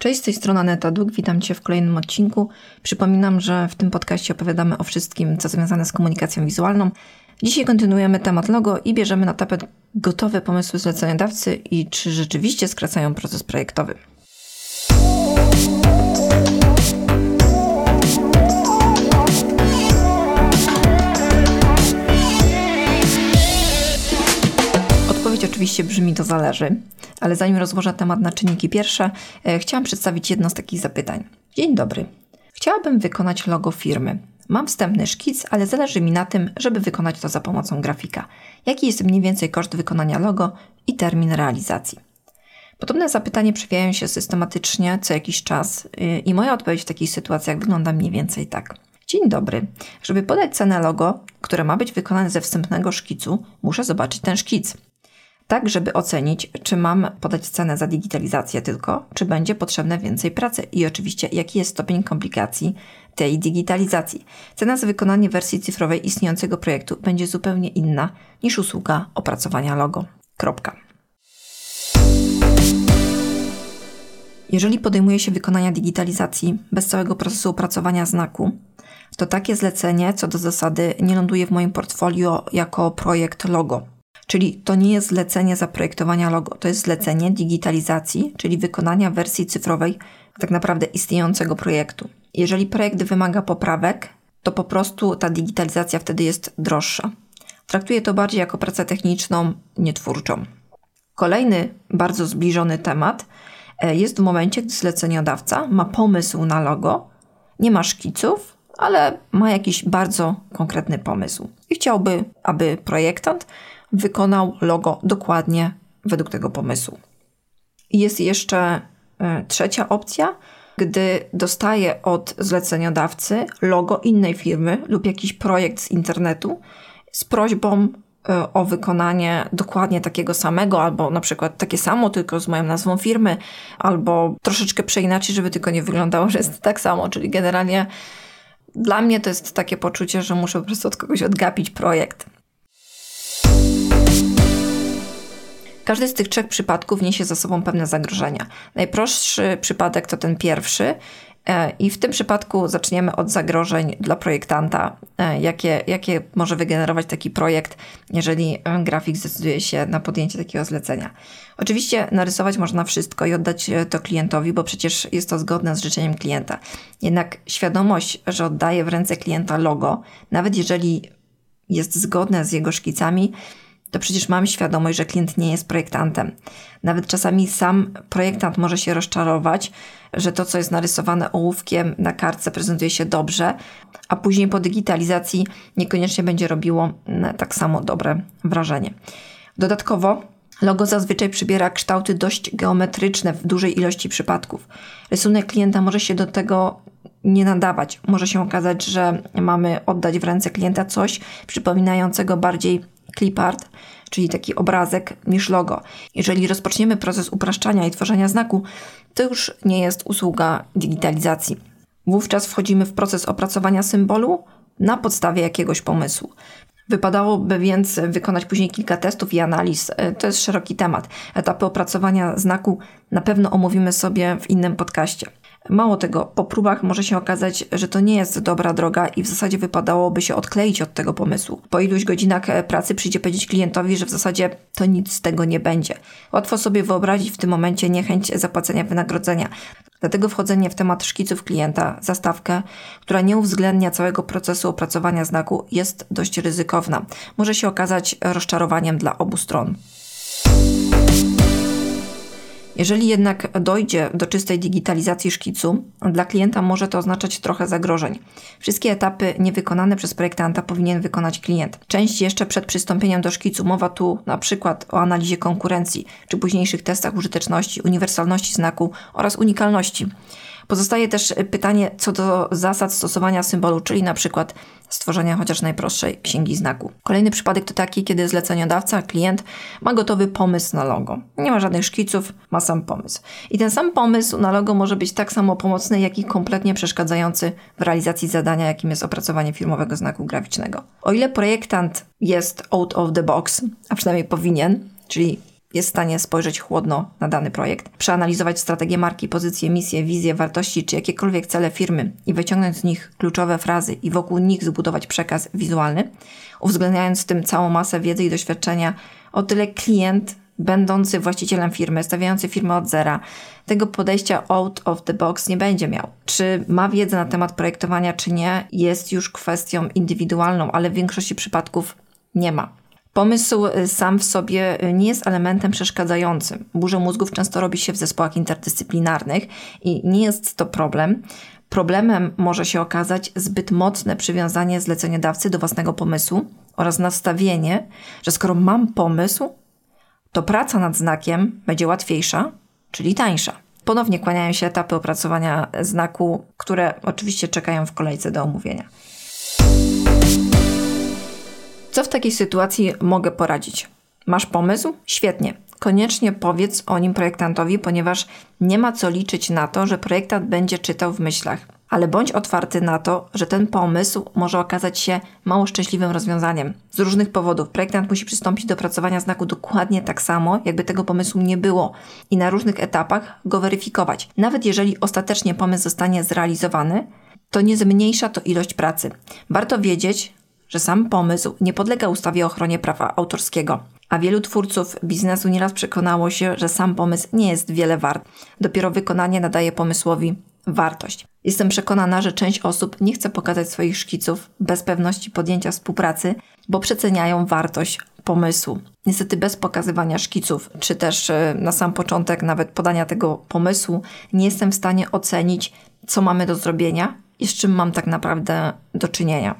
Cześć, z tej strony Aneta Duk, witam Cię w kolejnym odcinku. Przypominam, że w tym podcaście opowiadamy o wszystkim, co związane z komunikacją wizualną. Dzisiaj kontynuujemy temat logo i bierzemy na tapet gotowe pomysły zleceniodawcy i czy rzeczywiście skracają proces projektowy. Odpowiedź oczywiście brzmi to zależy, ale zanim rozłożę temat na czynniki pierwsze, chciałam przedstawić jedno z takich zapytań. Dzień dobry. Chciałabym wykonać logo firmy. Mam wstępny szkic, ale zależy mi na tym, żeby wykonać to za pomocą grafika. Jaki jest mniej więcej koszt wykonania logo i termin realizacji? Podobne zapytania przewijają się systematycznie co jakiś czas i moja odpowiedź w takich sytuacjach wygląda mniej więcej tak. Dzień dobry. Żeby podać cenę logo, które ma być wykonane ze wstępnego szkicu, muszę zobaczyć ten szkic. Tak, żeby ocenić, czy mam podać cenę za digitalizację tylko, czy będzie potrzebne więcej pracy i oczywiście jaki jest stopień komplikacji tej digitalizacji. Cena za wykonanie wersji cyfrowej istniejącego projektu będzie zupełnie inna niż usługa opracowania logo. Kropka. Jeżeli podejmuje się wykonania digitalizacji bez całego procesu opracowania znaku, to takie zlecenie co do zasady nie ląduje w moim portfolio jako projekt logo. Czyli to nie jest zlecenie zaprojektowania logo, to jest zlecenie digitalizacji, czyli wykonania wersji cyfrowej tak naprawdę istniejącego projektu. Jeżeli projekt wymaga poprawek, to po prostu ta digitalizacja wtedy jest droższa. Traktuję to bardziej jako pracę techniczną, nie twórczą. Kolejny bardzo zbliżony temat jest w momencie, gdy zleceniodawca ma pomysł na logo, nie ma szkiców, ale ma jakiś bardzo konkretny pomysł i chciałby, aby projektant wykonał logo dokładnie według tego pomysłu. I jest jeszcze trzecia opcja, gdy dostaję od zleceniodawcy logo innej firmy lub jakiś projekt z internetu z prośbą o wykonanie dokładnie takiego samego, albo na przykład takie samo, tylko z moją nazwą firmy, albo troszeczkę przeinaczyć, żeby tylko nie wyglądało, że jest tak samo, czyli generalnie dla mnie to jest takie poczucie, że muszę po prostu od kogoś odgapić projekt. Każdy z tych trzech przypadków niesie za sobą pewne zagrożenia. Najprostszy przypadek to ten pierwszy i w tym przypadku zaczniemy od zagrożeń dla projektanta, jakie może wygenerować taki projekt, jeżeli grafik zdecyduje się na podjęcie takiego zlecenia. Oczywiście narysować można wszystko i oddać to klientowi, bo przecież jest to zgodne z życzeniem klienta. Jednak świadomość, że oddaję w ręce klienta logo, nawet jeżeli jest zgodne z jego szkicami, to przecież mam świadomość, że klient nie jest projektantem. Nawet czasami sam projektant może się rozczarować, że to, co jest narysowane ołówkiem na kartce, prezentuje się dobrze, a później po digitalizacji niekoniecznie będzie robiło tak samo dobre wrażenie. Dodatkowo logo zazwyczaj przybiera kształty dość geometryczne w dużej ilości przypadków. Rysunek klienta może się do tego nie nadawać. Może się okazać, że mamy oddać w ręce klienta coś przypominającego bardziej clipart, czyli taki obrazek, niż logo. Jeżeli rozpoczniemy proces upraszczania i tworzenia znaku, to już nie jest usługa digitalizacji. Wówczas wchodzimy w proces opracowania symbolu na podstawie jakiegoś pomysłu. Wypadałoby więc wykonać później kilka testów i analiz. To jest szeroki temat. Etapy opracowania znaku na pewno omówimy sobie w innym podcaście. Mało tego, po próbach może się okazać, że to nie jest dobra droga i w zasadzie wypadałoby się odkleić od tego pomysłu. Po iluś godzinach pracy przyjdzie powiedzieć klientowi, że w zasadzie to nic z tego nie będzie. Łatwo sobie wyobrazić w tym momencie niechęć zapłacenia wynagrodzenia. Dlatego wchodzenie w temat szkiców klienta, zastawkę, która nie uwzględnia całego procesu opracowania znaku, jest dość ryzykowna. Może się okazać rozczarowaniem dla obu stron. Jeżeli jednak dojdzie do czystej digitalizacji szkicu, dla klienta może to oznaczać trochę zagrożeń. Wszystkie etapy niewykonane przez projektanta powinien wykonać klient. Część jeszcze przed przystąpieniem do szkicu. Mowa tu na przykład o analizie konkurencji, czy późniejszych testach użyteczności, uniwersalności znaku oraz unikalności. Pozostaje też pytanie co do zasad stosowania symbolu, czyli na przykład stworzenia chociaż najprostszej księgi znaku. Kolejny przypadek to taki, kiedy zleceniodawca, klient ma gotowy pomysł na logo. Nie ma żadnych szkiców, ma sam pomysł. I ten sam pomysł na logo może być tak samo pomocny, jak i kompletnie przeszkadzający w realizacji zadania, jakim jest opracowanie firmowego znaku graficznego. O ile projektant jest out of the box, a przynajmniej powinien, czyli jest w stanie spojrzeć chłodno na dany projekt, przeanalizować strategię marki, pozycję, misję, wizję, wartości czy jakiekolwiek cele firmy i wyciągnąć z nich kluczowe frazy i wokół nich zbudować przekaz wizualny, uwzględniając w tym całą masę wiedzy i doświadczenia, o tyle klient będący właścicielem firmy, stawiający firmę od zera, tego podejścia out of the box nie będzie miał. Czy ma wiedzę na temat projektowania, czy nie, jest już kwestią indywidualną, ale w większości przypadków nie ma. Pomysł sam w sobie nie jest elementem przeszkadzającym. Burzę mózgów często robi się w zespołach interdyscyplinarnych i nie jest to problem. Problemem może się okazać zbyt mocne przywiązanie zleceniodawcy do własnego pomysłu oraz nastawienie, że skoro mam pomysł, to praca nad znakiem będzie łatwiejsza, czyli tańsza. Ponownie kłaniają się etapy opracowania znaku, które oczywiście czekają w kolejce do omówienia. Co w takiej sytuacji mogę poradzić? Masz pomysł? Świetnie. Koniecznie powiedz o nim projektantowi, ponieważ nie ma co liczyć na to, że projektant będzie czytał w myślach. Ale bądź otwarty na to, że ten pomysł może okazać się mało szczęśliwym rozwiązaniem. Z różnych powodów. Projektant musi przystąpić do opracowania znaku dokładnie tak samo, jakby tego pomysłu nie było i na różnych etapach go weryfikować. Nawet jeżeli ostatecznie pomysł zostanie zrealizowany, to nie zmniejsza to ilość pracy. Warto wiedzieć, że sam pomysł nie podlega ustawie o ochronie prawa autorskiego, a wielu twórców biznesu nieraz przekonało się, że sam pomysł nie jest wiele wart. Dopiero wykonanie nadaje pomysłowi wartość. Jestem przekonana, że część osób nie chce pokazać swoich szkiców bez pewności podjęcia współpracy, bo przeceniają wartość pomysłu. Niestety bez pokazywania szkiców, czy też na sam początek nawet podania tego pomysłu, nie jestem w stanie ocenić, co mamy do zrobienia i z czym mam tak naprawdę do czynienia.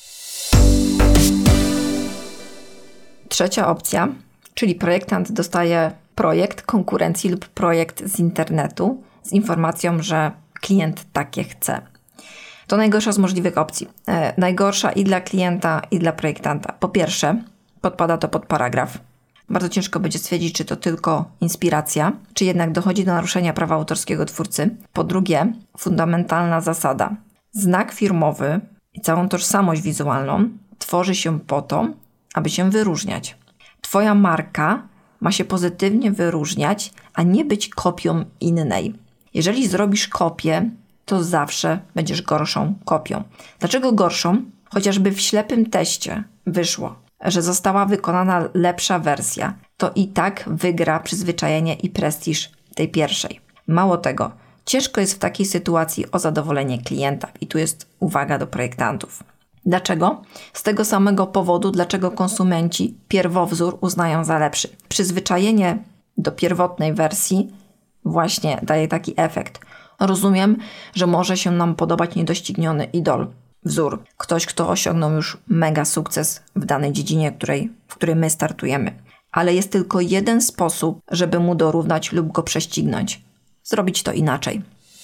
Trzecia opcja, czyli projektant dostaje projekt konkurencji lub projekt z internetu z informacją, że klient takie chce. To najgorsza z możliwych opcji. Najgorsza i dla klienta, i dla projektanta. Po pierwsze, podpada to pod paragraf. Bardzo ciężko będzie stwierdzić, czy to tylko inspiracja, czy jednak dochodzi do naruszenia prawa autorskiego twórcy. Po drugie, fundamentalna zasada. Znak firmowy i całą tożsamość wizualną tworzy się po to, aby się wyróżniać. Twoja marka ma się pozytywnie wyróżniać, a nie być kopią innej. Jeżeli zrobisz kopię, to zawsze będziesz gorszą kopią. Dlaczego gorszą? Chociażby w ślepym teście wyszło, że została wykonana lepsza wersja, to i tak wygra przyzwyczajenie i prestiż tej pierwszej. Mało tego, ciężko jest w takiej sytuacji o zadowolenie klienta. I tu jest uwaga do projektantów. Dlaczego? Z tego samego powodu, dlaczego konsumenci pierwowzór uznają za lepszy. Przyzwyczajenie do pierwotnej wersji właśnie daje taki efekt. Rozumiem, że może się nam podobać niedościgniony idol, wzór. Ktoś, kto osiągnął już mega sukces w danej dziedzinie, w której my startujemy. Ale jest tylko jeden sposób, żeby mu dorównać lub go prześcignąć. Zrobić to inaczej.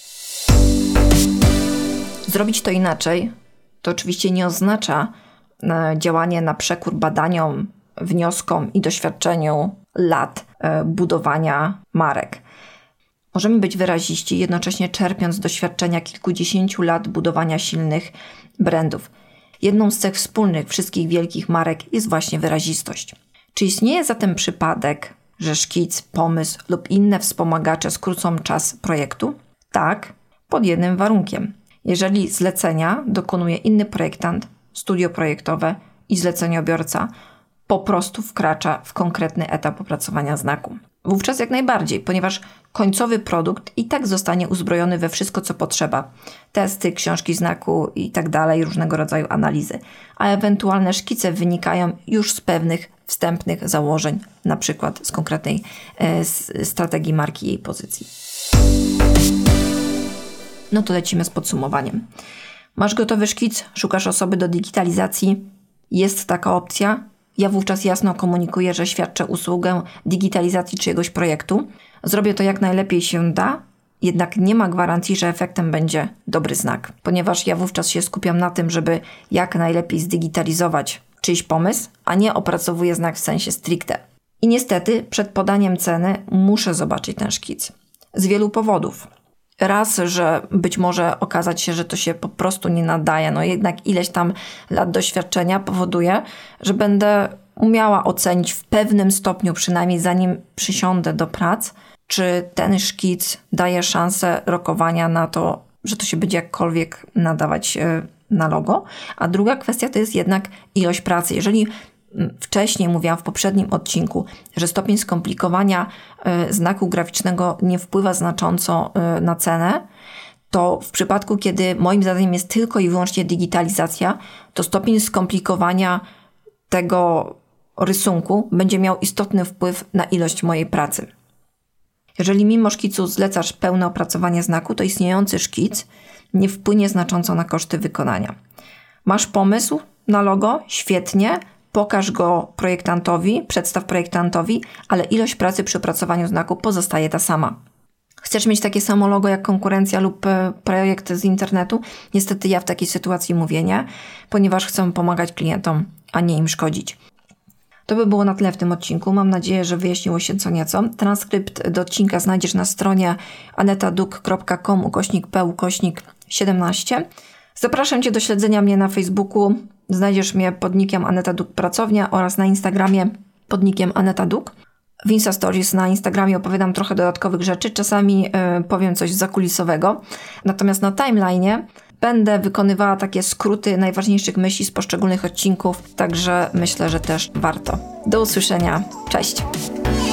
Zrobić to inaczej to oczywiście nie oznacza działanie na przekór badaniom, wnioskom i doświadczeniu lat budowania marek. Możemy być wyraziści, jednocześnie czerpiąc z doświadczenia kilkudziesięciu lat budowania silnych brandów. Jedną z cech wspólnych wszystkich wielkich marek jest właśnie wyrazistość. Czy istnieje zatem przypadek, że szkic, pomysł lub inne wspomagacze skrócą czas projektu? Tak, pod jednym warunkiem. Jeżeli zlecenia dokonuje inny projektant, studio projektowe i zleceniobiorca po prostu wkracza w konkretny etap opracowania znaku. Wówczas jak najbardziej, ponieważ końcowy produkt i tak zostanie uzbrojony we wszystko, co potrzeba. Testy, książki znaku i tak dalej, różnego rodzaju analizy. A ewentualne szkice wynikają już z pewnych wstępnych założeń, na przykład z konkretnej strategii marki i jej pozycji. No to lecimy z podsumowaniem. Masz gotowy szkic, szukasz osoby do digitalizacji, jest taka opcja. Ja wówczas jasno komunikuję, że świadczę usługę digitalizacji czyjegoś projektu. Zrobię to jak najlepiej się da, jednak nie ma gwarancji, że efektem będzie dobry znak, ponieważ ja wówczas się skupiam na tym, żeby jak najlepiej zdigitalizować czyjś pomysł, a nie opracowuję znak w sensie stricte. I niestety przed podaniem ceny muszę zobaczyć ten szkic. Z wielu powodów. Raz, że być może okazać się, że to się po prostu nie nadaje. No jednak ileś tam lat doświadczenia powoduje, że będę umiała ocenić w pewnym stopniu, przynajmniej zanim przysiądę do prac, czy ten szkic daje szansę rokowania na to, że to się będzie jakkolwiek nadawać na logo. A druga kwestia to jest jednak ilość pracy. Jeżeli wcześniej mówiłam w poprzednim odcinku, że stopień skomplikowania znaku graficznego nie wpływa znacząco na cenę, to w przypadku, kiedy moim zadaniem jest tylko i wyłącznie digitalizacja, to stopień skomplikowania tego rysunku będzie miał istotny wpływ na ilość mojej pracy. Jeżeli mimo szkicu zlecasz pełne opracowanie znaku, to istniejący szkic nie wpłynie znacząco na koszty wykonania. Masz pomysł na logo? Świetnie. Pokaż go projektantowi, przedstaw projektantowi, ale ilość pracy przy opracowaniu znaku pozostaje ta sama. Chcesz mieć takie samo logo jak konkurencja lub projekt z internetu? Niestety ja w takiej sytuacji mówię nie, ponieważ chcę pomagać klientom, a nie im szkodzić. To by było na tyle w tym odcinku. Mam nadzieję, że wyjaśniło się co nieco. Transkrypt do odcinka znajdziesz na stronie anetaduk.com/p/17. Zapraszam Cię do śledzenia mnie na Facebooku. Znajdziesz mnie pod nickiem Aneta Duk Pracownia oraz na Instagramie pod nickiem Aneta Duk. W Insta Stories na Instagramie opowiadam trochę dodatkowych rzeczy. Czasami powiem coś zakulisowego. Natomiast na timeline'ie będę wykonywała takie skróty najważniejszych myśli z poszczególnych odcinków. Także myślę, że też warto. Do usłyszenia. Cześć!